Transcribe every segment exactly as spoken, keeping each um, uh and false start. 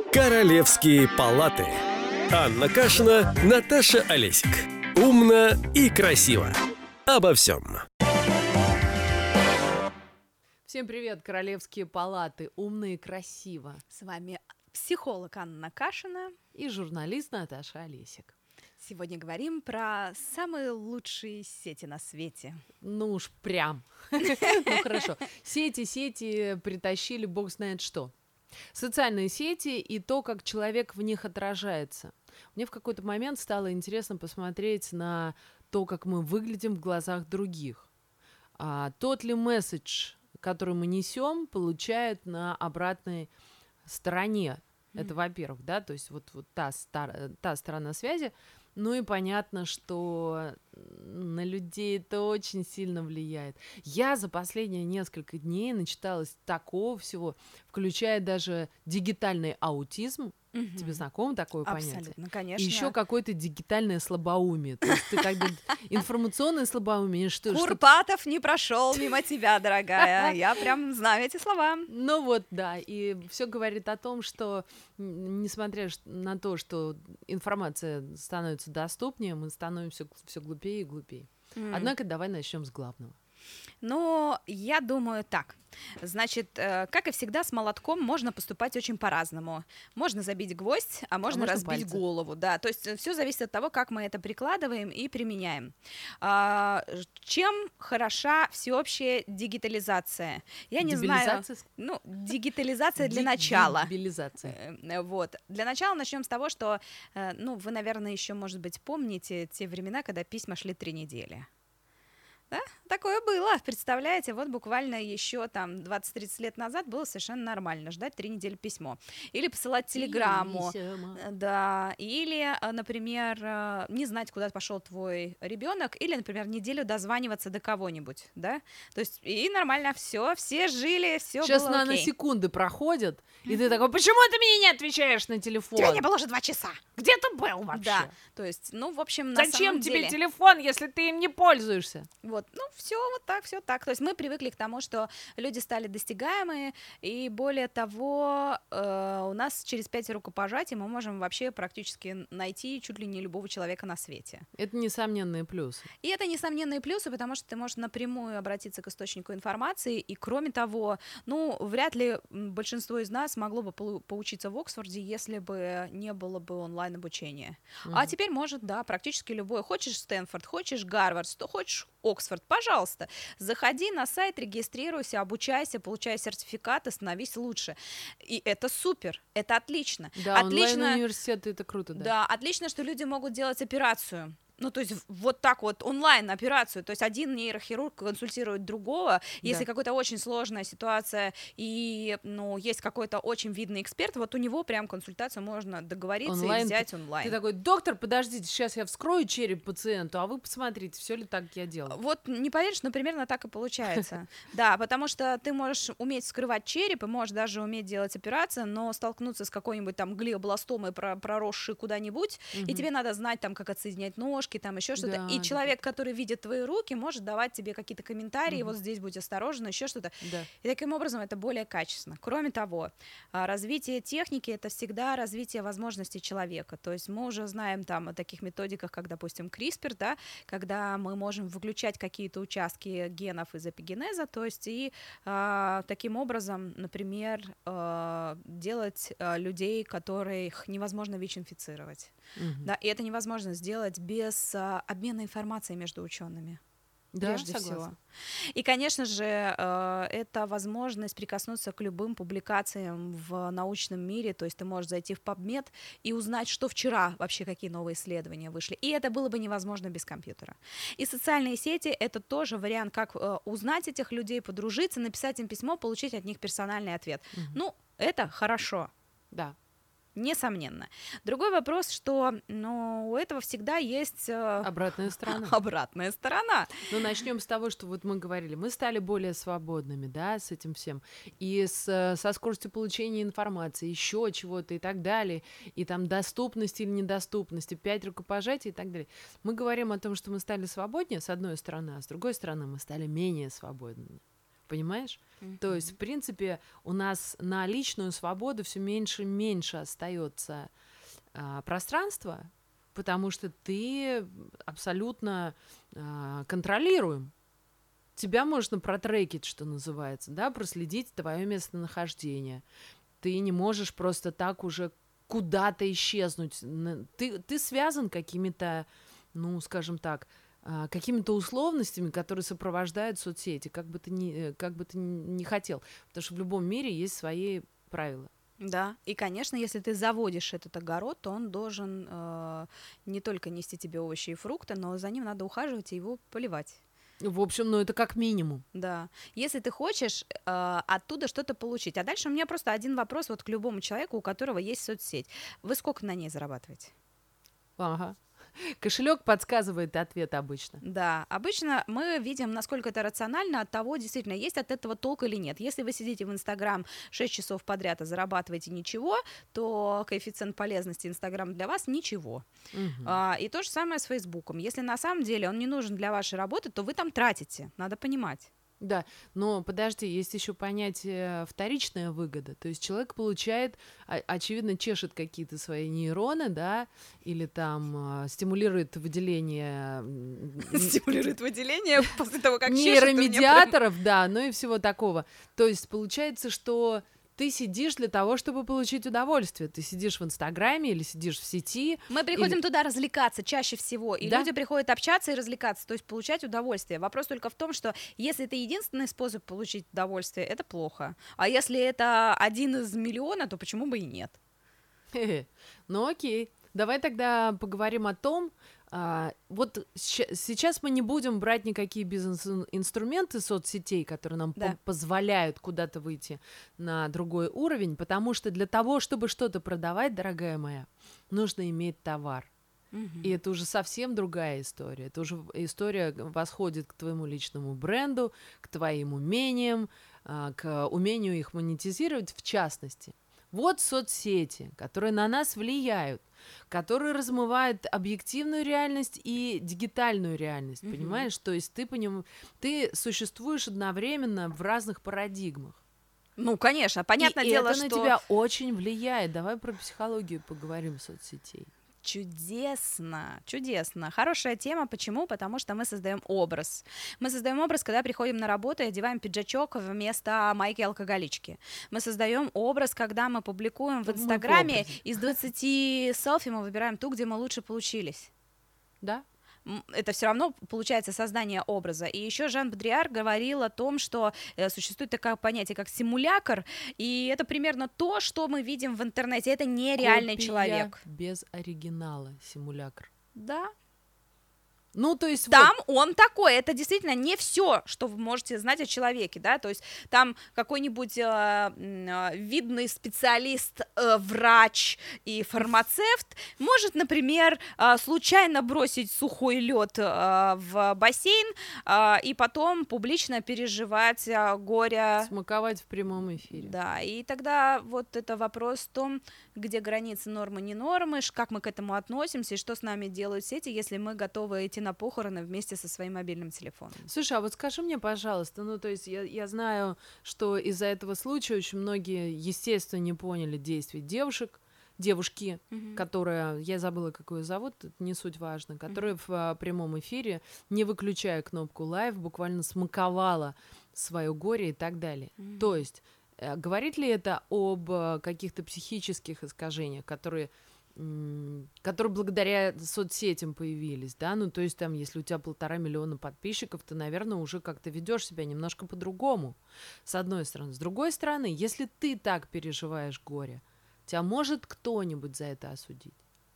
Королевские палаты. Анна Кашина, Наташа Олесик. Умно и красиво. Обо всем. Всем привет, Королевские палаты. Умно и красиво. С вами психолог Анна Кашина и журналист Наташа Олесик. Сегодня говорим про самые лучшие сети на свете. Ну уж прям. Ну хорошо. Сети, сети притащили бог знает что. Социальные сети и то, как человек в них отражается. Мне в какой-то момент стало интересно посмотреть на то, как мы выглядим в глазах других. А тот ли месседж, который мы несем, получает на обратной стороне. Mm-hmm. Это, во-первых, да, то есть вот, вот та, стар, та сторона связи. Ну и понятно, что на людей это очень сильно влияет. Я за последние несколько дней начиталась такого всего, включая даже дигитальный аутизм. Mm-hmm. Тебе знакомо такое Абсолютно, понятие? Абсолютно, конечно. И еще какое-то дигитальное слабоумие. То есть ты как бы информационное слабоумие. Что, Курпатов что... не прошел мимо тебя, дорогая. Я прям знаю эти слова. Ну вот, да. И все говорит о том, что несмотря на то, что информация становится доступнее, мы становимся все глупее и глупее. Mm. Однако давай начнем с главного. Ну, я думаю так. Значит, как и всегда, с молотком можно поступать очень по-разному. Можно забить гвоздь, а можно, а можно разбить пальцы. голову. Да, то есть все зависит от того, как мы это прикладываем и применяем. А, чем хороша всеобщая дигитализация? Я не знаю. Ну, дигитализация для начала. Дигитализация. Вот. Для начала начнем с того, что, ну, вы, наверное, еще, может быть, помните те времена, когда письма шли три недели. Да? Такое было, представляете, вот буквально еще там двадцать-тридцать лет назад было совершенно нормально ждать три недели письмо. Или посылать телеграмму, да, или, например, не знать, куда пошел твой ребенок, или, например, неделю дозваниваться до кого-нибудь, да, то есть и нормально все, все жили, все было окей. Сейчас наносекунды проходят, и mm-hmm. ты такой, почему ты мне не отвечаешь на телефон? Тебя не было уже два часа. Где ты был вообще? Да, то есть, ну, в общем, на Зачем самом тебе деле... телефон, если ты им не пользуешься? Вот, ну, все вот так, все так. То есть мы привыкли к тому, что люди стали достигаемые, и более того, э, у нас через пять рукопожатий мы можем вообще практически найти чуть ли не любого человека на свете. Это несомненные плюсы. И это несомненные плюсы, потому что ты можешь напрямую обратиться к источнику информации, и кроме того, ну, вряд ли большинство из нас могло бы поучиться в Оксфорде, если бы не было бы онлайн-обучения. Mm-hmm. А теперь может, да, практически любой. Хочешь Стэнфорд, хочешь Гарвард, что хочешь Оксфорд, пожалуйста, заходи на сайт, регистрируйся, обучайся, получай сертификаты, становись лучше. И это супер, это отлично. Да, отлично, онлайн-университеты, это круто, да. Да, отлично, что люди могут делать операцию. Ну, то есть вот так вот онлайн операцию, то есть один нейрохирург консультирует другого, если да. какая-то очень сложная ситуация и, ну, есть какой-то очень видный эксперт, вот у него прям консультацию можно договориться онлайн, и взять онлайн. Ты такой, доктор, подождите, сейчас я вскрою череп пациенту, а вы посмотрите, все ли так я делаю. Вот не поверишь, но примерно так и получается. Да, потому что ты можешь уметь вскрывать череп и можешь даже уметь делать операцию, но столкнуться с какой-нибудь там глиобластомой, проросшей куда-нибудь, и тебе надо знать там, как отсоединять ножки, там еще что-то, да, и человек, да. который видит твои руки, может давать тебе какие-то комментарии, угу. вот здесь будь осторожен, еще что-то, да. и таким образом это более качественно. Кроме того, развитие техники — это всегда развитие возможностей человека, то есть мы уже знаем там о таких методиках, как, допустим, CRISPR, да, когда мы можем выключать какие-то участки генов из эпигенеза, то есть и а, таким образом, например, а, делать а, людей, которых невозможно ВИЧ-инфицировать, угу. да, и это невозможно сделать без а, обмена информацией между учеными. Да, прежде согласна. всего. И, конечно же, э, это возможность прикоснуться к любым публикациям в научном мире, то есть ты можешь зайти в PubMed и узнать, что вчера вообще, какие новые исследования вышли, и это было бы невозможно без компьютера. И социальные сети — это тоже вариант, как э, узнать этих людей, подружиться, написать им письмо, получить от них персональный ответ. Угу. Ну, это хорошо. Да. Несомненно. Другой вопрос, что, ну, у этого всегда есть... Э, обратная сторона. Обратная сторона. Ну, начнем с того, что вот мы говорили, мы стали более свободными, да, с этим всем, и с, со скоростью получения информации, еще чего-то и так далее, и там доступности или недоступности, пять рукопожатий и так далее. Мы говорим о том, что мы стали свободнее, с одной стороны, а с другой стороны, мы стали менее свободными. Понимаешь? То есть, в принципе, у нас на личную свободу все меньше и меньше остается а, пространства, потому что ты абсолютно а, контролируем. Тебя можно протрекить, что называется, да, проследить твое местонахождение. Ты не можешь просто так уже куда-то исчезнуть. Н- Ты, ты связан какими-то, ну, скажем так, а, какими-то условностями, которые сопровождают соцсети, как бы ты ни, э, как бы ты ни не хотел. Потому что в любом мире есть свои правила. Да, и, конечно, если ты заводишь этот огород, то он должен э, не только нести тебе овощи и фрукты, но за ним надо ухаживать и его поливать. В общем, ну это как минимум. Да, если ты хочешь э, оттуда что-то получить. А дальше у меня просто один вопрос вот к любому человеку, у которого есть соцсеть. Вы сколько на ней зарабатываете? Ага. Кошелек подсказывает ответ обычно. Да, обычно мы видим, насколько это рационально от того, действительно, есть от этого толк или нет. Если вы сидите в Инстаграм шесть часов подряд и зарабатываете ничего, то коэффициент полезности Инстаграм для вас ничего. Мгм. А, и то же самое с Фейсбуком. Если на самом деле он не нужен для вашей работы, то вы там тратите, надо понимать. Да, но подожди, есть еще понятие вторичная выгода. То есть человек получает, о- очевидно, чешет какие-то свои нейроны, да, или там а, стимулирует выделение м, н- Стимулирует выделение после того, как чешет, у меня прям- нейромедиаторов, да, ну и всего такого. То есть получается, что ты сидишь для того, чтобы получить удовольствие. Ты сидишь в Инстаграме или сидишь в сети. Мы приходим туда развлекаться чаще всего, и Да. люди приходят общаться и развлекаться, то есть получать удовольствие. Вопрос только в том, что если это единственный способ получить удовольствие, это плохо. А если это один из миллиона, то почему бы и нет? Хе-хе. Ну окей. Давай тогда поговорим о том, а, вот ща- сейчас мы не будем брать никакие бизнес-инструменты соцсетей, которые нам Да. по- позволяют куда-то выйти на другой уровень, потому что для того, чтобы что-то продавать, дорогая моя, нужно иметь товар. И это уже совсем другая история. Это уже в- история восходит к твоему личному бренду, к твоим умениям, а, к умению их монетизировать в частности. Вот соцсети, которые на нас влияют, которые размывают объективную реальность и дигитальную реальность, Мгм. понимаешь? То есть ты, поним... ты существуешь одновременно в разных парадигмах. Ну, конечно, понятное и дело, это что... на тебя очень влияет. Давай про психологию поговорим соцсетей. Чудесно, чудесно. Хорошая тема. Почему? Потому что мы создаем образ. Мы создаем образ, когда приходим на работу и одеваем пиджачок вместо майки-алкоголички. Мы создаем образ, когда мы публикуем в Мы в Инстаграме образе. из двадцати селфи мы выбираем ту, где мы лучше получились. Да? М, Это все равно получается создание образа. И еще Жан Бодриар говорил о том, что э, существует такое понятие, как симулякр, и это примерно то, что мы видим в интернете. Это нереальный Копия человек. без оригинала, симулякр. Да. Ну, то есть Там вот, он такой, это действительно не все, что вы можете знать о человеке, да, то есть там какой-нибудь э, м, э, видный специалист, э, врач и фармацевт может, например, э, случайно бросить сухой лед в бассейн э, и потом публично переживать э, горе. смаковать в прямом эфире. Да, и тогда вот это вопрос в том, где границы нормы, не нормы, ш- как мы к этому относимся и что с нами делают сети, если мы готовы идти на похороны вместе со своим мобильным телефоном. Слушай, а вот скажи мне, пожалуйста, ну, то есть я, я знаю, что из-за этого случая очень многие, естественно, не поняли действий девушек, девушки, которая, я забыла, как ее зовут, это не суть важно, которая в а, прямом эфире, не выключая кнопку лайв, буквально смаковала свое горе и так далее. Мгм. То есть, э, говорит ли это об э, каких-то психических искажениях, которые, м, которые благодаря соцсетям появились, да? Ну, то есть там, если у тебя полтора миллиона подписчиков, ты, наверное, уже как-то ведешь себя немножко по-другому, с одной стороны. С другой стороны, если ты так переживаешь горе, тебя может кто-нибудь за это осудить?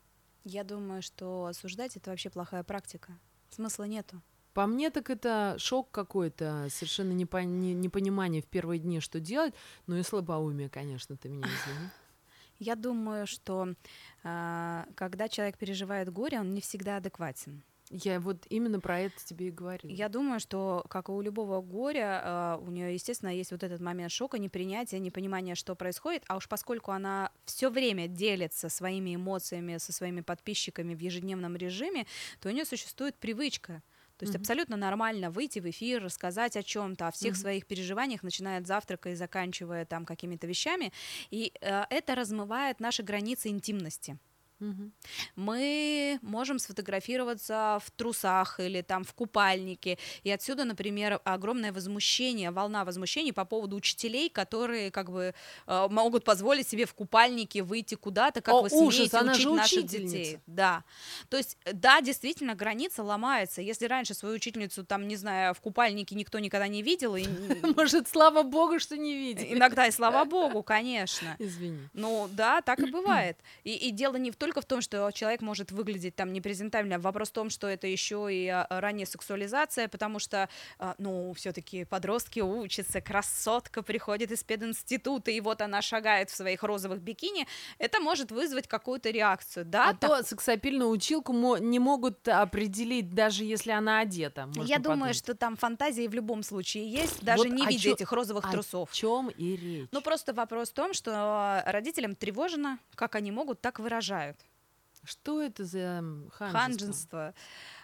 Я думаю, что осуждать это вообще плохая практика. Смысла нету. По мне, так это шок какой-то, совершенно непо- не- непонимание в первые дни, что делать. Ну и слабоумие, конечно, ты меня извини. Я думаю, что а, когда человек переживает горе, он не всегда адекватен. Я вот именно про это тебе и говорила. Я думаю, что, как и у любого горя, а, у нее, естественно, есть вот этот момент шока, непринятия, непонимания, что происходит. А уж поскольку она все время делится своими эмоциями со своими подписчиками в ежедневном режиме, то у нее существует привычка. То есть Мгм. абсолютно нормально выйти в эфир, рассказать о чем-то, о всех Мгм. своих переживаниях, начиная от завтрака и заканчивая там какими-то вещами. И э, это размывает наши границы интимности. Мгм. Мы можем сфотографироваться в трусах или там в купальнике, и отсюда, например, огромное возмущение, волна возмущений по поводу учителей, которые как бы э, могут позволить себе в купальнике выйти куда-то, как О, вы ужас, смеете она учить же наших учительница. детей. Да, то есть, э, да, действительно, граница ломается. Если раньше свою учительницу, там, не знаю, в купальнике никто никогда не видел, и н- Может, слава богу, что не видели. иногда и слава богу, конечно. Извини. Ну да, так и бывает. И, и дело не в- только в том, что человек может выглядеть там непрезентабельно. Вопрос в том, что это еще и а, ранняя сексуализация, потому что, а, ну, все-таки подростки учатся, красотка приходит из пединститута, и вот она шагает в своих розовых бикини. Это может вызвать какую-то реакцию, да? А то сексапильную училку мо- не могут определить, даже если она одета. можно Я думаю, подумать. что там фантазии в любом случае есть, даже Вот не о видя чё- этих розовых О трусов. чем и речь? Ну, просто вопрос в том, что родителям тревожно, как они могут, так выражают. Что это за м, ханжество? Ханжество.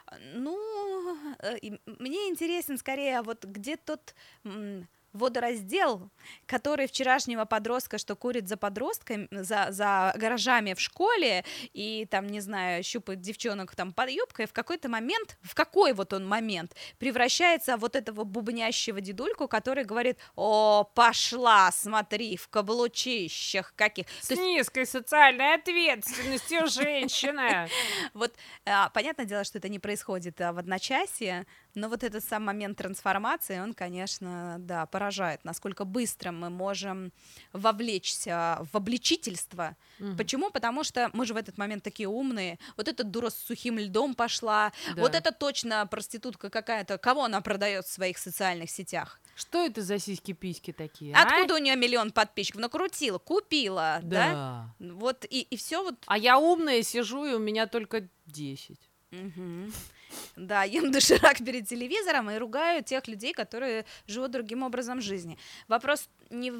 Ну, э, и мне интересен скорее, вот где тот м, водораздел, который вчерашнего подростка, что курит за подростками, за, за гаражами в школе и там, не знаю, щупает девчонок там под юбкой, в какой-то момент, в какой вот он момент, превращается в вот этого бубнящего дедульку, который говорит: о, пошла, смотри, в каблучищах каких. С То есть низкой социальной ответственностью женщина. вот, а, понятное дело, что это не происходит а, в одночасье, но вот этот сам момент трансформации, он, конечно, да, поражает, насколько быстро мы можем вовлечься в обличительство. Мгм. Почему? Потому что мы же в этот момент такие умные. Вот эта дура с сухим льдом пошла, вот Да. это точно проститутка какая-то. Кого она продает в своих социальных сетях? Что это за сиськи-письки такие? а? Откуда у нее миллион подписчиков? Накрутила, купила, да? Да. Вот и, и все вот. А я умная, сижу, и у меня только десять. Мгм. Да, ем доширак перед телевизором и ругаю тех людей, которые живут другим образом жизни. Вопрос не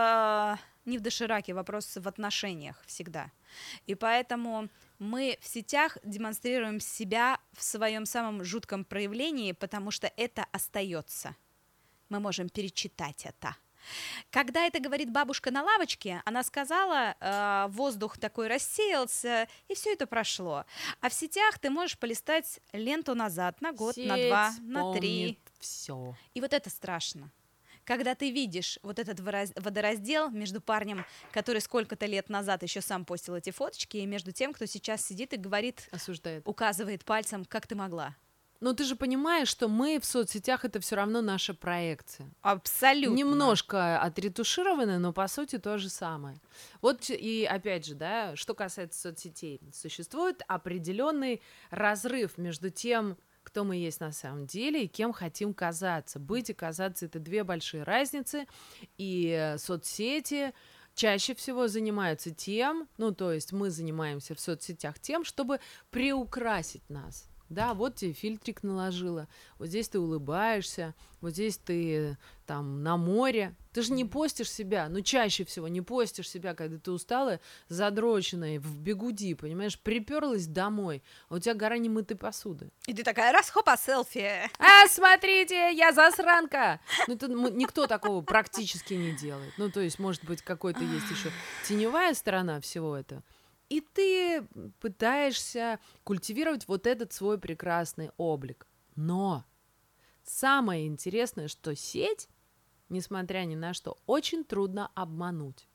в, не в дошираке, вопрос в отношениях всегда. И поэтому мы в сетях демонстрируем себя в своем самом жутком проявлении, потому что это остается. Мы можем перечитать это. Когда это говорит бабушка на лавочке, она сказала, э, воздух такой рассеялся, и все это прошло. А в сетях ты можешь полистать ленту назад, на год, на два, на три. Все. И вот это страшно. Когда ты видишь вот этот выраз- водораздел между парнем, который сколько-то лет назад еще сам постил эти фоточки, и между тем, кто сейчас сидит и говорит, Осуждает. указывает пальцем, как ты могла. Но ты же понимаешь, что мы в соцсетях это все равно наша проекция. Абсолютно. Немножко отретушированы, но по сути то же самое. Вот ч- и опять же, да, что касается соцсетей, существует определенный разрыв между тем, кто мы есть на самом деле, и кем хотим казаться. Быть и казаться — это две большие разницы, и э, соцсети чаще всего занимаются тем, ну, то есть мы занимаемся в соцсетях тем, чтобы приукрасить нас. Да, вот тебе фильтрик наложила, вот здесь ты улыбаешься, вот здесь ты там на море. Ты же не постишь себя, ну чаще всего не постишь себя, когда ты усталая, задроченная, в бегуди, понимаешь, приперлась домой, а у тебя гора немытой посуды. И ты такая, раз, хопа, селфи. А, смотрите, я засранка! Ну, это м- никто такого практически не делает. Ну, то есть, может быть, какой-то есть еще теневая сторона всего этого. И ты пытаешься культивировать вот этот свой прекрасный облик. Но самое интересное, что сеть, несмотря ни на что, очень трудно обмануть.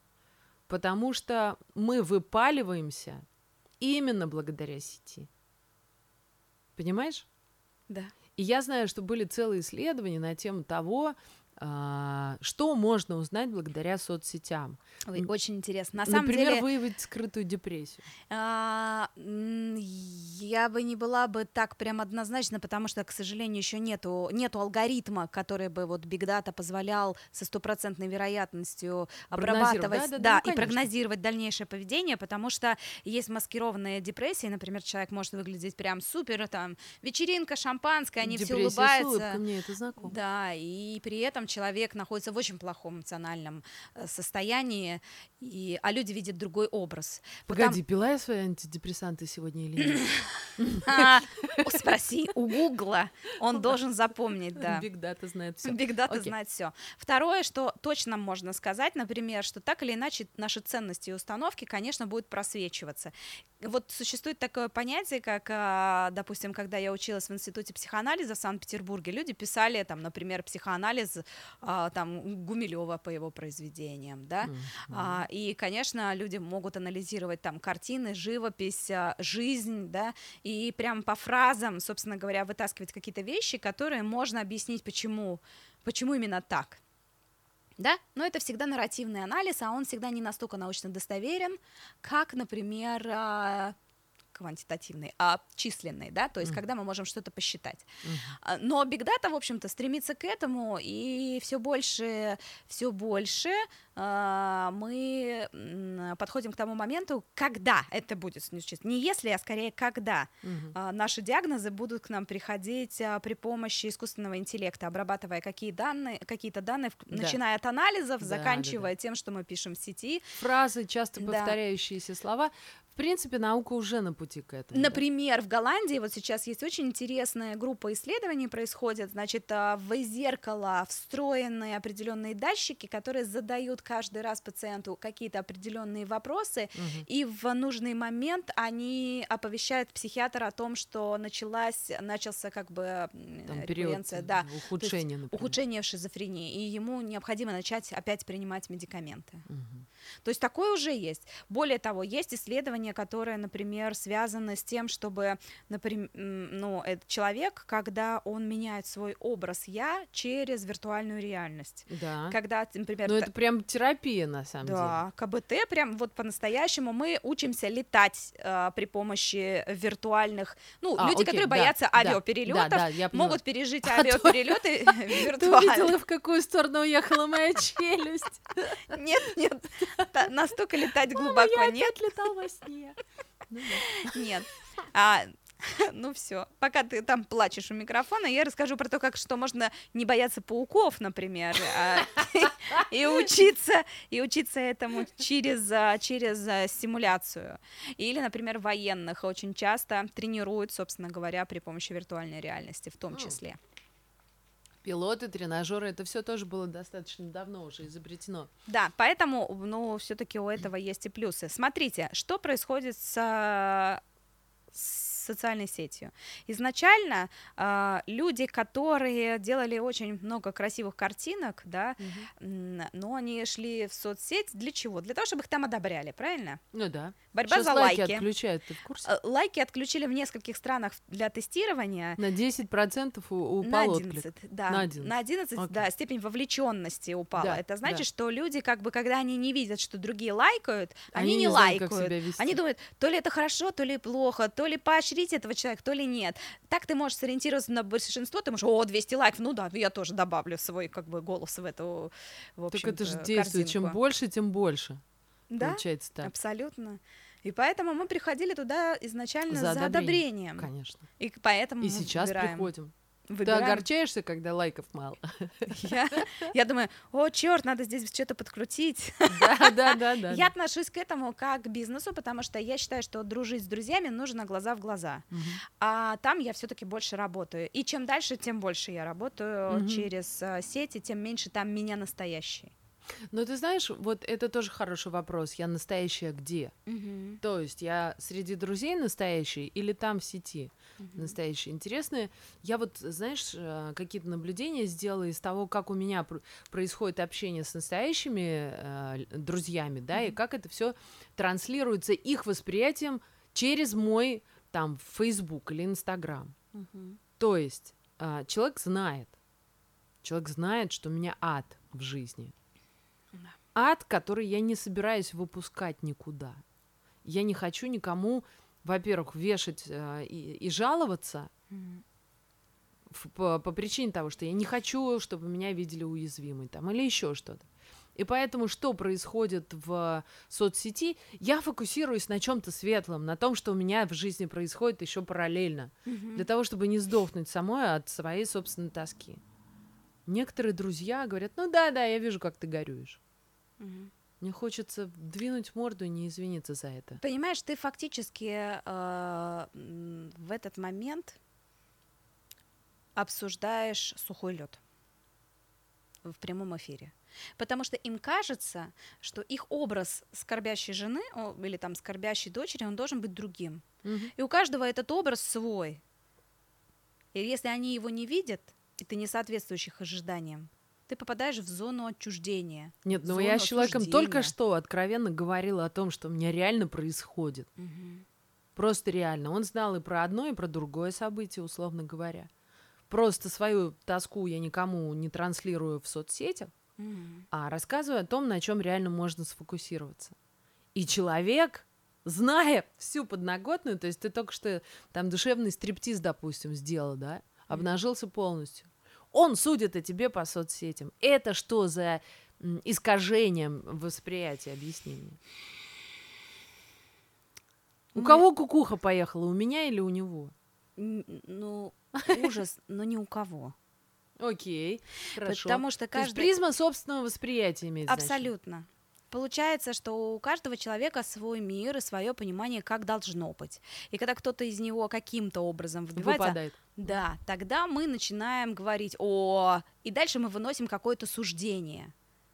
Потому что мы выпаливаемся именно благодаря сети. Понимаешь? Да. И я знаю, что были целые исследования на тему того, а, что можно узнать благодаря соцсетям. Ой, М, очень интересно. На самом Например, деле, выявить скрытую депрессию. а, м, я бы не была бы так прям однозначно, потому что, к сожалению, еще нету, нету алгоритма, который бы вот Big Data позволял со стопроцентной вероятностью Прогнозировать. обрабатывать, Да-да-да, да, ну, и конечно. прогнозировать дальнейшее поведение, потому что есть маскированные депрессии, например, человек может выглядеть прям супер, там, вечеринка, шампанское, они все Депрессия с улыбаются. улыбкой, мне это знакомо. Да, и при этом целом человек находится в очень плохом эмоциональном э, состоянии, и, а люди видят другой образ. Вот Погоди, пила я свои антидепрессанты сегодня или нет? там, а, спроси у Гугла, он должен запомнить, да. Биг Дата знает все. Биг Дата Окей. знает все. Второе, что точно можно сказать, например, что так или иначе наши ценности и установки, конечно, будут просвечиваться. Вот существует такое понятие, как, а, допустим, когда я училась в институте психоанализа в Санкт-Петербурге, люди писали, там, например, психоанализ а, там, Гумилева по его произведениям, да, Мгм. а, и, конечно, люди могут анализировать там картины, живопись, а, жизнь, да, и прям по фразам, собственно говоря, вытаскивать какие-то вещи, которые можно объяснить, почему, почему именно так. Да, но это всегда нарративный анализ, а он всегда не настолько научно достоверен, как, например, а, квантитативный, а численный, да, то есть Мгм. когда мы можем что-то посчитать. Мгм. А, Но Big Data, в общем-то, стремится к этому, и все больше, все больше а, мы м, подходим к тому моменту, когда это будет случиться. Не если, а скорее когда Мгм. а, наши диагнозы будут к нам приходить а, при помощи искусственного интеллекта, обрабатывая какие данные, какие-то данные, вк- Да. начиная от анализов, Да, да, заканчивая тем, что мы пишем в сети. Фразы, часто Да. повторяющиеся слова. В принципе, наука уже на пути к этому. да? Например, в Голландии вот сейчас есть очень интересная группа исследований происходит, значит, а, в зеркало встроены определенные датчики, которые задают каждый раз пациенту какие-то определенные вопросы, Мгм. и в нужный момент они оповещают психиатра о том, что началась, начался как бы м, Там период рекурренция, да, ухудшения, например. ухудшение в шизофрении, и ему необходимо начать опять принимать медикаменты. Мгм. То есть такое уже есть. Более того, есть исследования, которые, например, связаны с тем, чтобы, например, ну, этот человек, когда он меняет свой образ «я» через виртуальную реальность. Да. Когда, например, Ну, та- это прям терапия, на самом деле. да, КБТ, прям вот по-настоящему мы учимся летать а, при помощи виртуальных, ну, А, люди, окей, которые да, боятся да, авиаперелетов, да, да, я поняла. могут пережить А то- авиаперелеты Ты виртуально. увидела, в какую сторону уехала моя челюсть? Нет, нет, та- настолько летать Мама, глубоко я нет. опять летал во сне. Ну да. Нет. А, ну все. Пока ты там плачешь у микрофона, я расскажу про то, как что можно не бояться пауков, например, а, и учиться и учиться этому через а, через а, симуляцию. Или, например, военных очень часто тренируют, собственно говоря, при помощи виртуальной реальности, в том М. числе. Пилоты, тренажеры, это все тоже было достаточно давно уже изобретено. Да, поэтому, ну, все-таки у этого есть и плюсы. Смотрите, что происходит с, а, с социальной сетью. Изначально а, люди, которые делали очень много красивых картинок, да, м, но они шли в соцсеть для чего? Для того, чтобы их там одобряли, правильно? Ну да. Борьба Сейчас за лайки лайки. отключают, ты в курсе? Э, Лайки отключили в нескольких странах для тестирования. На десять процентов у- На упал отклик. одиннадцать, да. На одиннадцать. На одиннадцать, Окей. да, степень вовлеченности упала. Да, Это значит, да. что люди, как бы, когда они не видят, что другие лайкают, они, Они не не знают, как лайкают. себя вести. Они думают, то ли это хорошо, то ли плохо, то ли поощрить этого человека, то ли нет. Так ты можешь сориентироваться на большинство, ты можешь, о, двести лайков, ну да, я тоже добавлю свой, как бы, голос в эту, в Так это же общем-то, действует. Чем корзинку. больше, тем больше. Да, Получается так. абсолютно. И поэтому мы приходили туда изначально За за, одобрением, одобрением. Конечно. И поэтому И мы сейчас выбираем. приходим. Ты выбираем. огорчаешься, когда лайков мало? Я, я думаю, о, черт, надо здесь что-то подкрутить. Да, да, да, да. Я отношусь к этому как к бизнесу, потому что я считаю, что дружить с друзьями нужно глаза в глаза. Мгм. А там я все-таки больше работаю. И чем дальше, тем больше я работаю Мгм. через э, сети, тем меньше там меня настоящий. Но ты знаешь, вот это тоже хороший вопрос. Я настоящая где? То есть я среди друзей настоящий или там в сети настоящий? Интересно. Я вот, знаешь, э, какие-то наблюдения сделала из того, как у меня пр- происходит общение с настоящими э, л- друзьями, да, и Мгм. как это все транслируется их восприятием через мой там Facebook или Instagram. То есть а, человек знает, человек знает, что у меня ад в жизни. Да. Ад, который я не собираюсь выпускать никуда. Я не хочу никому, во-первых, вешать э, и, и жаловаться в- по, по причине того, что я не хочу, чтобы меня видели уязвимой там, или еще что-то. И поэтому, что происходит в соцсети, я фокусируюсь на чем-то светлом, на том, что у меня в жизни происходит еще параллельно, для того, чтобы не сдохнуть самой от своей собственной тоски. Некоторые друзья говорят, ну да, да, я вижу, как ты горюешь. Мгм. Мне хочется двинуть морду и не извиниться за это. Понимаешь, ты фактически э, м, в этот момент обсуждаешь сухой лед в прямом эфире. Потому что им кажется, что их образ скорбящей жены о, или там скорбящей дочери, он должен быть другим. Мгм. И у каждого этот образ свой. И если они его не видят, и ты не соответствуешь их ожиданиям, ты попадаешь в зону отчуждения. Нет, в ну зону я с человеком только осуждения. что откровенно говорила о том, что у меня реально происходит. Мгм. Просто реально. Он знал и про одно, и про другое событие, условно говоря. Просто свою тоску я никому не транслирую в соцсетях, Мгм. а рассказываю о том, на чем реально можно сфокусироваться. И человек, зная всю подноготную, то есть ты только что там душевный стриптиз, допустим, сделал, да, обнажился полностью. Он судит о тебе по соцсетям. Это что за м, искажением восприятия, объясни мне? У Мы- кого кукуха поехала, у меня или у него? Н- Ну, ужас, но ни у кого. Окей, хорошо. Потому что То есть каждый... призма собственного восприятия имеет значение. Абсолютно. Получается, что у каждого человека свой мир и свое понимание, как должно быть. И когда кто-то из него каким-то образом выбивается, Выпадает. да, тогда мы начинаем говорить «о», и дальше мы выносим какое-то суждение,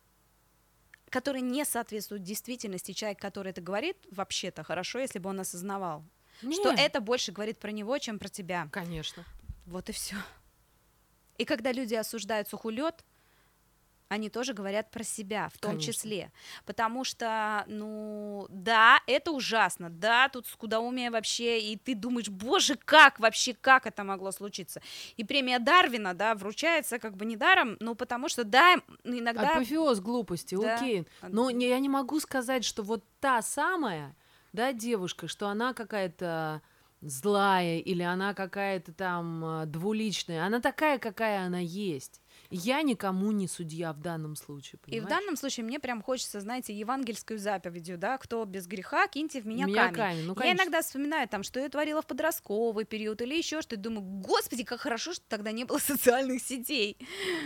которое не соответствует действительности. Человек, который это говорит, вообще-то хорошо, если бы он осознавал, что Не, это больше говорит про него, чем про тебя. Конечно. Вот и все. И когда люди осуждают сухой лед, они тоже говорят про себя, в том Конечно. числе. Потому что, ну, да, это ужасно, да, тут скудоумие вообще, и ты думаешь, боже, как вообще, как это могло случиться? И премия Дарвина, да, вручается как бы недаром, ну, потому что, да, иногда... Апофеоз глупости, Да. окей. Но не- я не могу сказать, что вот та самая, да, девушка, что она какая-то злая или она какая-то там а, двуличная. Она такая, какая она есть. Я никому не судья в данном случае, И в понимаешь? данном случае мне прям хочется, знаете, евангельскую заповедью, да, кто без греха, киньте в меня, Меня камень. камень, ну, Я конечно. иногда вспоминаю, там, что я творила в подростковый период или еще что-то, думаю, господи, как хорошо, что тогда не было социальных сетей.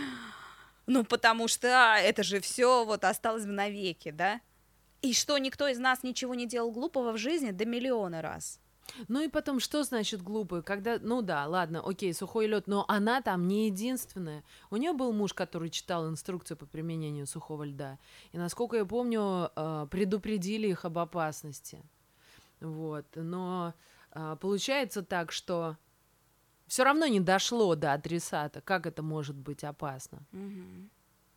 Ну, потому что это же все вот осталось в навеки, да? И что никто из нас ничего не делал глупого в жизни до миллиона раз. Ну и потом, что значит глупый? Когда, ну да, ладно, окей, сухой лед, но она там не единственная. У нее был муж, который читал инструкцию по применению сухого льда. И, насколько я помню, э, предупредили их об опасности. Вот. Но э, получается так, что все равно не дошло до адресата. Как это может быть опасно? Мгм.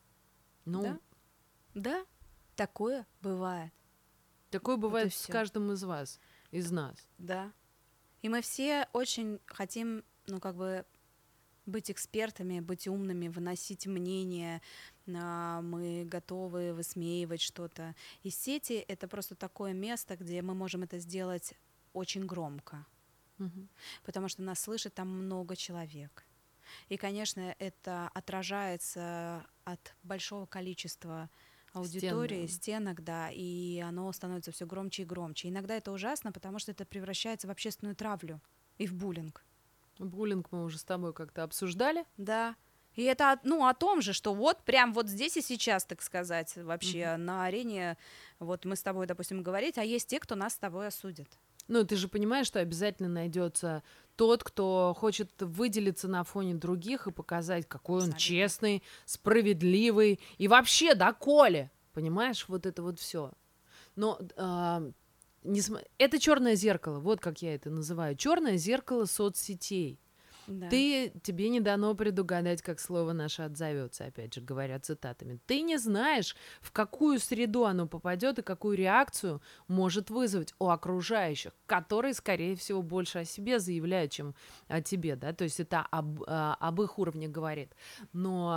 Ну, Да. Да, такое бывает. такое бывает с всё. каждым из вас, из нас. Да. И мы все очень хотим, ну, как бы быть экспертами, быть умными, выносить мнение, а, мы готовы высмеивать что-то. И сети — это просто такое место, где мы можем это сделать очень громко, Мгм. потому что нас слышит там много человек. И, конечно, это отражается от большого количества аудитории, Стен, да. стенок, да, и оно становится все громче и громче. Иногда это ужасно, потому что это превращается в общественную травлю и в буллинг. Буллинг мы уже с тобой как-то обсуждали. Да. И это, о- ну, о том же, что вот прям вот здесь и сейчас, так сказать, вообще на арене, вот мы с тобой, допустим, говорить, а есть те, кто нас с тобой осудит. Ну, ты же понимаешь, что обязательно найдется тот, кто хочет выделиться на фоне других и показать, какой он Абсолютно. честный, справедливый и вообще доколе. Понимаешь, вот это вот все. Но а, несма- это черное зеркало, вот как я это называю. Черное зеркало соцсетей. Да. Ты, тебе не дано предугадать, как слово наше отзовется, опять же, говоря цитатами. Ты не знаешь, в какую среду оно попадет и какую реакцию может вызвать у окружающих, которые, скорее всего, больше о себе заявляют, чем о тебе, да, то есть это об, а, об их уровне говорит. Но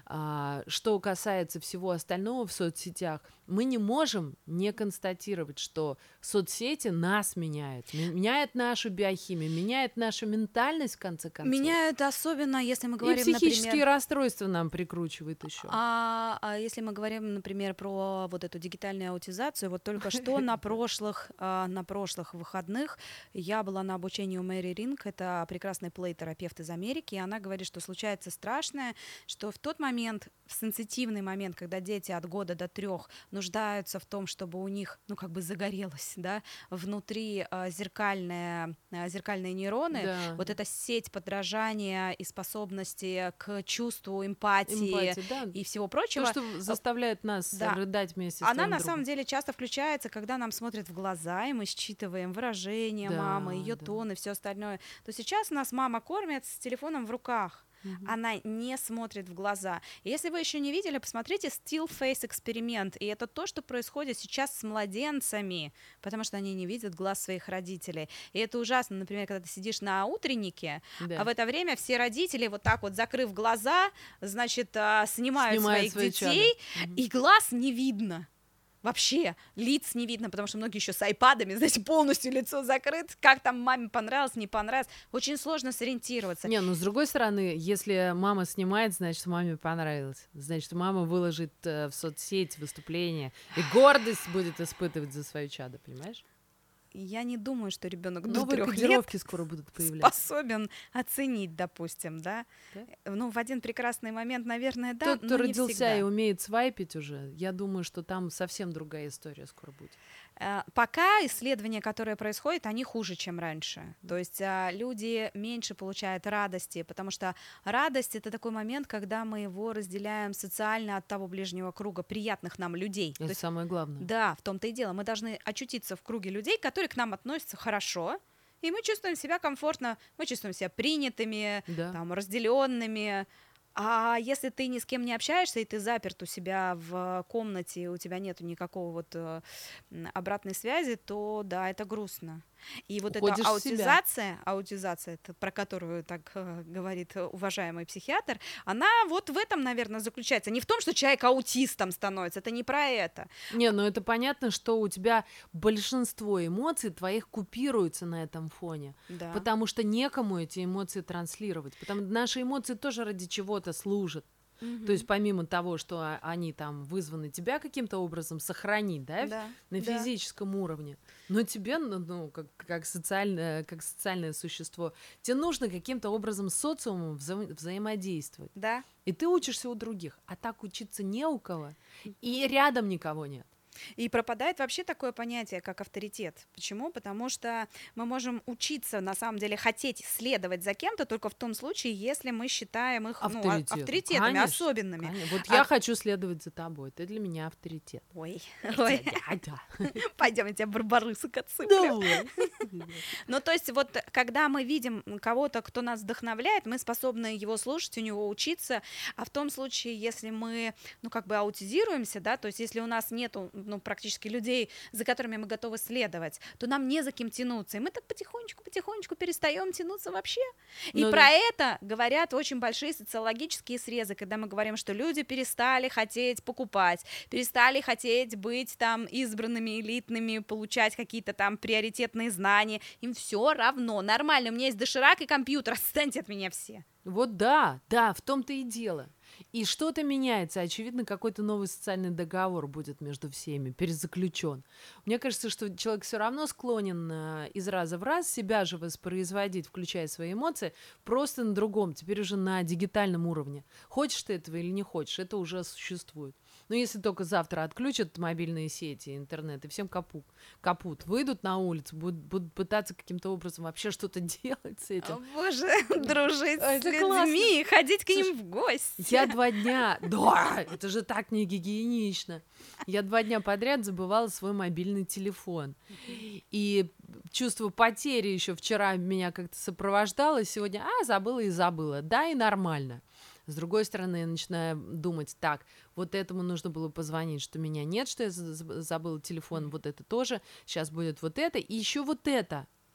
А, что касается всего остального в соцсетях, мы не можем не констатировать, что соцсети нас меняют, ме- меняют нашу биохимию, меняют нашу ментальность, в конце концов. Меняют особенно, если мы И говорим, психические например, расстройства нам прикручивают еще. а, а если мы говорим, например, про вот эту дигитальную аутизацию, вот только что на прошлых, а, на прошлых выходных я была на обучении у Мэри Ринг, это прекрасный плей-терапевт из Америки, и она говорит, что случается страшное, что в тот момент, в сенситивный момент, когда дети от года до трех нуждаются в том, чтобы у них, ну, как бы загорелось, да, внутри а, зеркальные, а, зеркальные нейроны, Да. вот эта сеть подражания и способности к чувству эмпатии, Эмпатия, да. и всего То, прочего, что заставляет нас да. рыдать вместе с она своим на другом. самом деле часто включается, когда нам смотрят в глаза, и мы считываем выражение Да, мамы, ее да. тон и все остальное. То сейчас нас мама кормит с телефоном в руках. Мгм. Она не смотрит в глаза. И если вы еще не видели, посмотрите Still Face эксперимент. И это то, что происходит сейчас с младенцами, потому что они не видят глаз своих родителей. И это ужасно, например, когда ты сидишь на утреннике, Да. а в это время все родители, вот так вот закрыв глаза, значит, а, снимают, Снимают своих свои детей, чада. Мгм. и глаз не видно. Вообще, лиц не видно, потому что многие еще с айпадами, знаете, полностью лицо закрыто. Как там маме понравилось, не понравилось. Очень сложно сориентироваться. Не, ну с другой стороны, если мама снимает, значит, маме понравилось. Значит, мама выложит э, в соцсеть выступление и гордость будет испытывать за свою чадо, понимаешь? Я не думаю, что ребенок до Новые трех лет кодировки скоро будут появляться. способен оценить, допустим, да? Да? Ну, в один прекрасный момент, наверное, да, Тот, кто но не родился всегда. и умеет свайпить уже, я думаю, что там совсем другая история скоро будет. Э, Пока исследования, которые происходят, они хуже, чем раньше. То есть а, люди меньше получают радости, потому что радость — это такой момент, когда мы его разделяем социально от того ближнего круга приятных нам людей. То Это есть, самое главное. да, в том-то и дело. Мы должны очутиться в круге людей, которые к нам относятся хорошо, и мы чувствуем себя комфортно, мы чувствуем себя принятыми, Да. там, разделенными. А если ты ни с кем не общаешься, и ты заперт у себя в комнате, и у тебя нету никакого вот э, м, обратной связи, то да, это грустно. И вот Уходишь эта в себя. аутизация, аутизация, это, про которую так э, говорит э, уважаемый психиатр, она вот в этом, наверное, заключается. Не в том, что человек аутистом становится, это не про это. Не, ну это понятно, что у тебя большинство эмоций твоих купируются на этом фоне, Да. потому что некому эти эмоции транслировать, потому что наши эмоции тоже ради чего-то служат. Мгм. То есть помимо того, что а- они там вызваны тебя каким-то образом сохранить, да, Да, на да. физическом уровне, но тебе, ну, ну, как, как, социальное, как социальное существо, тебе нужно каким-то образом с социумом вза- взаимодействовать. Да. И ты учишься у других, а так учиться не у кого, и рядом никого нет. И пропадает вообще такое понятие, как авторитет. Почему? Потому что мы можем учиться, на самом деле, хотеть следовать за кем-то только в том случае, если мы считаем их ну, а- Авторитетом. авторитетами, Конечно, особенными. конечно. Вот А- я хочу следовать за тобой, ты для меня авторитет. Ой, Дядя. пойдем, я тебе барбарысок отсыплю. Давай. Ну, то есть вот когда мы видим кого-то, кто нас вдохновляет, мы способны его слушать, у него учиться, а в том случае, если мы, ну, как бы аутизируемся, да, то есть если у нас нету, ну, практически людей, за которыми мы готовы следовать, то нам не за кем тянуться, и мы так потихонечку-потихонечку перестаем тянуться вообще. И Ну про да. это говорят очень большие социологические срезы, когда мы говорим, что люди перестали хотеть покупать, перестали хотеть быть там избранными, элитными, получать какие-то там приоритетные знания, им все равно, нормально, у меня есть доширак и компьютер, отстаньте от меня все. Вот да, да, в том-то и дело. И что-то меняется. Очевидно, какой-то новый социальный договор будет между всеми, перезаключен. Мне кажется, что человек все равно склонен э, из раза в раз себя же воспроизводить, включая свои эмоции, просто на другом, теперь уже на дигитальном уровне. Хочешь ты этого или не хочешь, это уже существует. Но если только завтра отключат мобильные сети, интернет, и всем капут, капут, выйдут на улицу, будут, будут пытаться каким-то образом вообще что-то делать с этим. О, боже, дружить А, с это классно. людьми, ходить к Слушай, ним в гости. Я два дня... Да, это же так не гигиенично. Я два дня подряд забывала свой мобильный телефон. И чувство потери еще вчера меня как-то сопровождало. Сегодня, а, забыла и забыла. Да, и нормально. С другой стороны, я начинаю думать, так, вот этому нужно было позвонить, что меня нет, что я за- за- забыла телефон, вот это тоже. Сейчас будет вот это, и еще вот это.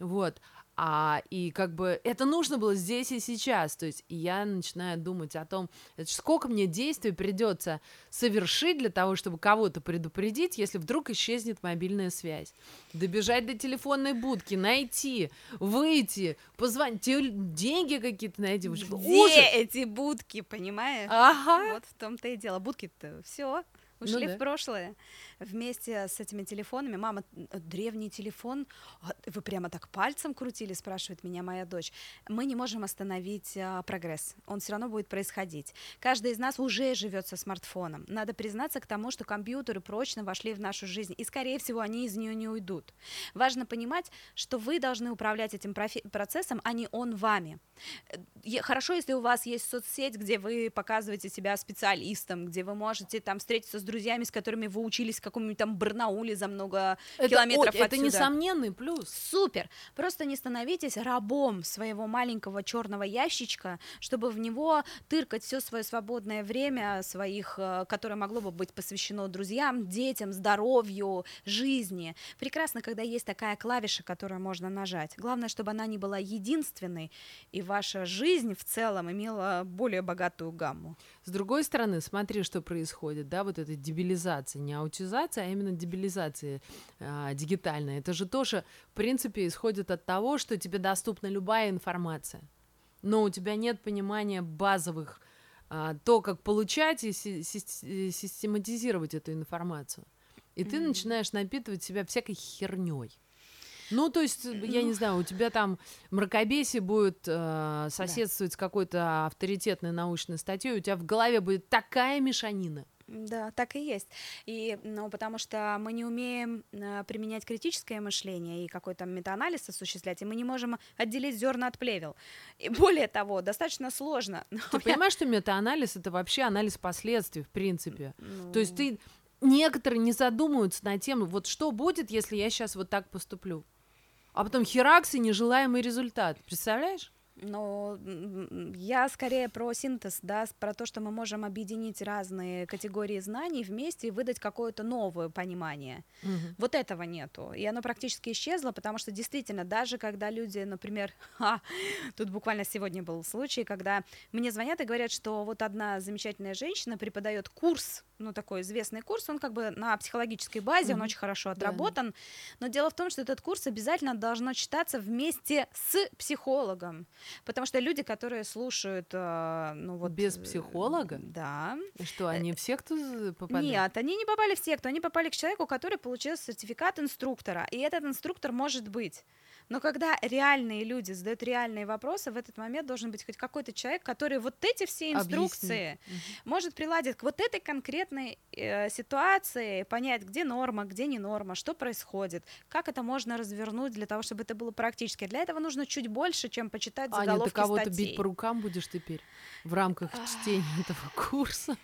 Вот. А, и как бы это нужно было здесь и сейчас. То есть и я начинаю думать о том, это ж сколько мне действий придется совершить для того, чтобы кого-то предупредить, если вдруг исчезнет мобильная связь. Добежать до телефонной будки, найти, выйти, позвонить, те- деньги какие-то найти. Где Ужас! эти будки, понимаешь? Ага. Вот в том-то и дело. Будки-то все Ну ушли да. в прошлое. Вместе с этими телефонами. Мама, м, древний телефон, а, вы прямо так пальцем крутили, спрашивает меня моя дочь. Мы не можем остановить а, прогресс. Он все равно будет происходить. Каждый из нас уже живет со смартфоном. Надо признаться к тому, что компьютеры прочно вошли в нашу жизнь, и, скорее всего, они из нее не уйдут. Важно понимать, что вы должны управлять этим профи- процессом, а не он вами. Э, е- Хорошо, если у вас есть соцсеть, где вы показываете себя специалистом, где вы можете там встретиться с друзьями, с которыми вы учились в каком-нибудь там Барнауле за много Это, километров о- это отсюда. несомненный плюс. Супер! Просто не становитесь рабом своего маленького черного ящичка, чтобы в него тыркать все свое свободное время своих, э, которое могло бы быть посвящено друзьям, детям, здоровью, жизни. Прекрасно, когда есть такая клавиша, которую можно нажать. Главное, чтобы она не была единственной, и ваша жизнь в целом имела более богатую гамму. С другой стороны, смотри, что происходит, да, вот эта дебилизация, не аутизация, а именно дебилизация а, дигитальная. Это же тоже, в принципе, исходит от того, что тебе доступна любая информация, но у тебя нет понимания базовых, а, то, как получать и си- си- э, систематизировать эту информацию. И ты Мгм. начинаешь напитывать себя всякой херней. Ну, то есть, э, я Ну. не знаю, у тебя там мракобесие будет э, соседствовать с какой-то авторитетной научной статьей, у тебя в голове будет такая мешанина. Да, так и есть. И, ну, потому что мы не умеем э, применять критическое мышление и какой-то метаанализ осуществлять, и мы не можем отделить зерна от плевел. И более того, достаточно сложно. Ты понимаешь, что метаанализ — это вообще анализ последствий, в принципе. То есть Ну, ты... Некоторые не задумываются над тем, вот что будет, если я сейчас вот так поступлю. А потом херакс и нежелаемый результат. Представляешь? Но м, я скорее про синтез, да, с- про то, что мы можем объединить разные категории знаний вместе и выдать какое-то новое понимание. Мгм. Вот этого нету. И оно практически исчезло, потому что действительно, даже когда люди, например, ха, тут буквально сегодня был случай, когда мне звонят и говорят, что вот одна замечательная женщина преподает курс, ну такой известный курс, он как бы на психологической базе, он Мгм. очень хорошо Да, да. отработан, но дело в том, что этот курс обязательно должно читаться вместе с психологом, потому что люди, которые слушают, э, ну вот... Без э, психолога? Да. И что, они все, кто з- попадают? Нет, они не попали в секту, они попали к человеку, который получил сертификат инструктора, и этот инструктор может быть. Но когда реальные люди задают реальные вопросы, в этот момент должен быть хоть какой-то человек, который вот эти все инструкции Объяснить. Мгм. может приладить к вот этой конкретной э, ситуации, понять, где норма, где не норма, что происходит, как это можно развернуть для того, чтобы это было практически. Для этого нужно чуть больше, чем почитать Аня, ты заголовки кого-то статей. бить по рукам будешь теперь в рамках чтения этого курса?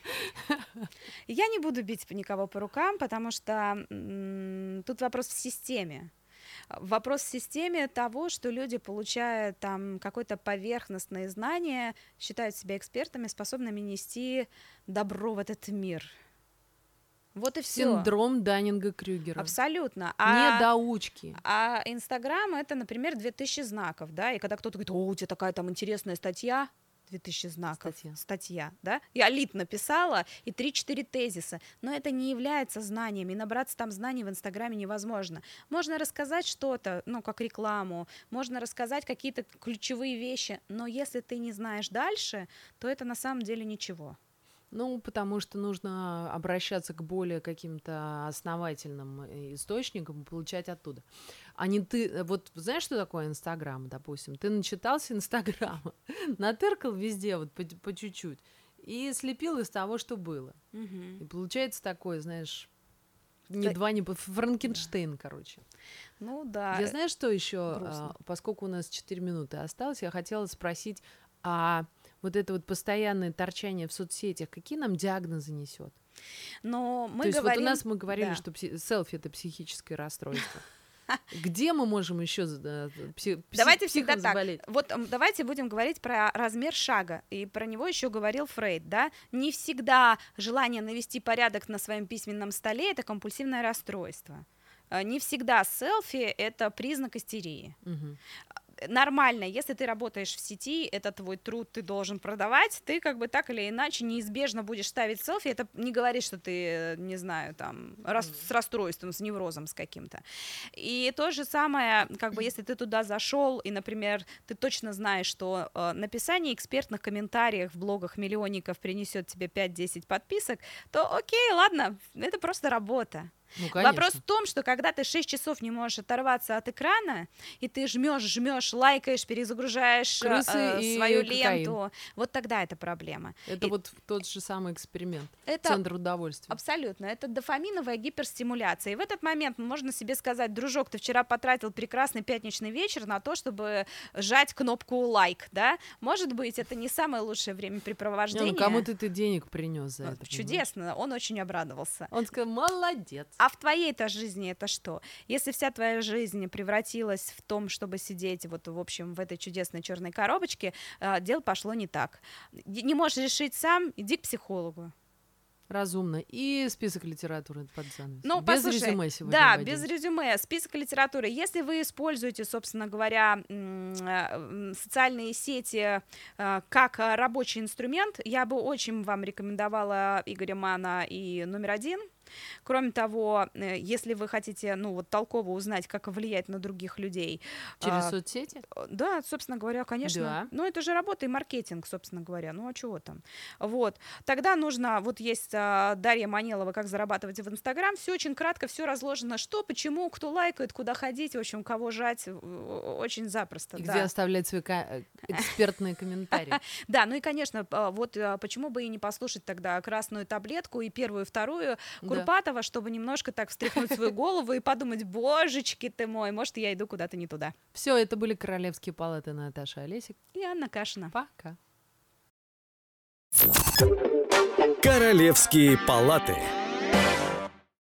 Я не буду бить никого по рукам, потому что м, тут вопрос в системе. Вопрос в системе того, что люди, получая там какое-то поверхностное знание, считают себя экспертами, способными нести добро в этот мир. Вот и все. Синдром Даннинга-Крюгера. Абсолютно. А, Недоучки. а Инстаграм — это, например, две тысячи знаков, да, и когда кто-то говорит: о, у тебя такая там интересная статья, две тысячи знаков, Статья. статья, да, я лит написала, и три-четыре тезиса, но это не является знанием, и набраться там знаний в Инстаграме невозможно. Можно рассказать что-то, ну, как рекламу, можно рассказать какие-то ключевые вещи, но если ты не знаешь дальше, то это на самом деле ничего. Ну, потому что нужно обращаться к более каким-то основательным э, источникам и получать оттуда. А не ты... Вот знаешь, что такое Инстаграм, допустим? Ты начитался Инстаграма, натыркал везде вот по, по чуть-чуть и слепил из того, что было. И получается такое, знаешь, ни Ста- два, ни... по- Франкенштейн, короче. Ну да. Я знаю, что еще, грустно. поскольку у нас четыре минуты осталось, я хотела спросить, а вот это вот постоянное торчание в соцсетях, какие нам диагнозы несет? Но мы То есть говорим... вот у нас мы говорили, да. что пси- селфи — это психическое расстройство. Где мы можем еще пси- Давайте психом всегда так. заболеть? Вот м, давайте будем говорить про размер шага, и про него еще говорил Фрейд, да? Не всегда желание навести порядок на своем письменном столе — это компульсивное расстройство. э, не всегда селфи — это признак истерии. Мгм. Нормально, если ты работаешь в сети, это твой труд, ты должен продавать, ты как бы так или иначе неизбежно будешь ставить селфи. Это не говорит, что ты, не знаю, там, рас- с расстройством, с неврозом с каким-то. И то же самое, как бы, если ты туда зашел, и, например, ты точно знаешь, что э, написание экспертных комментариев в блогах миллионников принесет тебе пять-десять подписок, то окей, ладно, это просто работа. Ну, конечно. Вопрос в том, что когда ты шесть часов не можешь оторваться от экрана, и ты жмешь, жмешь, лайкаешь, перезагружаешь Крысы э, и свою кокаин. ленту, вот тогда это проблема. Это И вот тот же самый эксперимент. это Центр удовольствия. абсолютно, это дофаминовая гиперстимуляция. И в этот момент можно себе сказать: дружок, ты вчера потратил прекрасный пятничный вечер на то, чтобы жать кнопку лайк, да? Может быть, это не самое лучшее Не, времяпрепровождение. ну кому-то ты денег принес за Ну, это. понимаешь? чудесно, он очень обрадовался. Он сказал, молодец. А в твоей-то жизни это что? Если вся твоя жизнь превратилась в том, чтобы сидеть вот, в общем, в этой чудесной черной коробочке, э, дело пошло не так. Д- Не можешь решить сам, иди к психологу. Разумно. И список литературы под занавес. Ну, Без послушай, резюме сегодня Да, обойдёмся. без резюме, список литературы. Если вы используете, собственно говоря, м, э, м, социальные сети э, как э, рабочий инструмент, я бы очень вам рекомендовала Игоря Мана и «Номер один». Кроме того, э, если вы хотите, ну, вот толково узнать, как влиять на других людей, Через а, соцсети? Э, Да, собственно говоря, конечно. Да. Ну, это же работа и маркетинг, собственно говоря. Ну, а чего там? Вот. Тогда нужно, вот есть а, Дарья Манелова «Как зарабатывать в Инстаграм». Все очень кратко, все разложено. Что, почему, кто лайкает, куда ходить, в общем, кого жать. э, Очень запросто. И да. где оставлять свои ка- э, экспертные комментарии. Да, ну и, конечно, а, вот а, почему бы и не послушать тогда «Красную таблетку» и первую, и вторую Да. Курпатова, чтобы немножко так встряхнуть свою голову и подумать: божечки ты мой, может, я иду куда-то не туда. Все, это были королевские палаты Наташа Олесик. И Анна Кашина. Пока. Королевские палаты.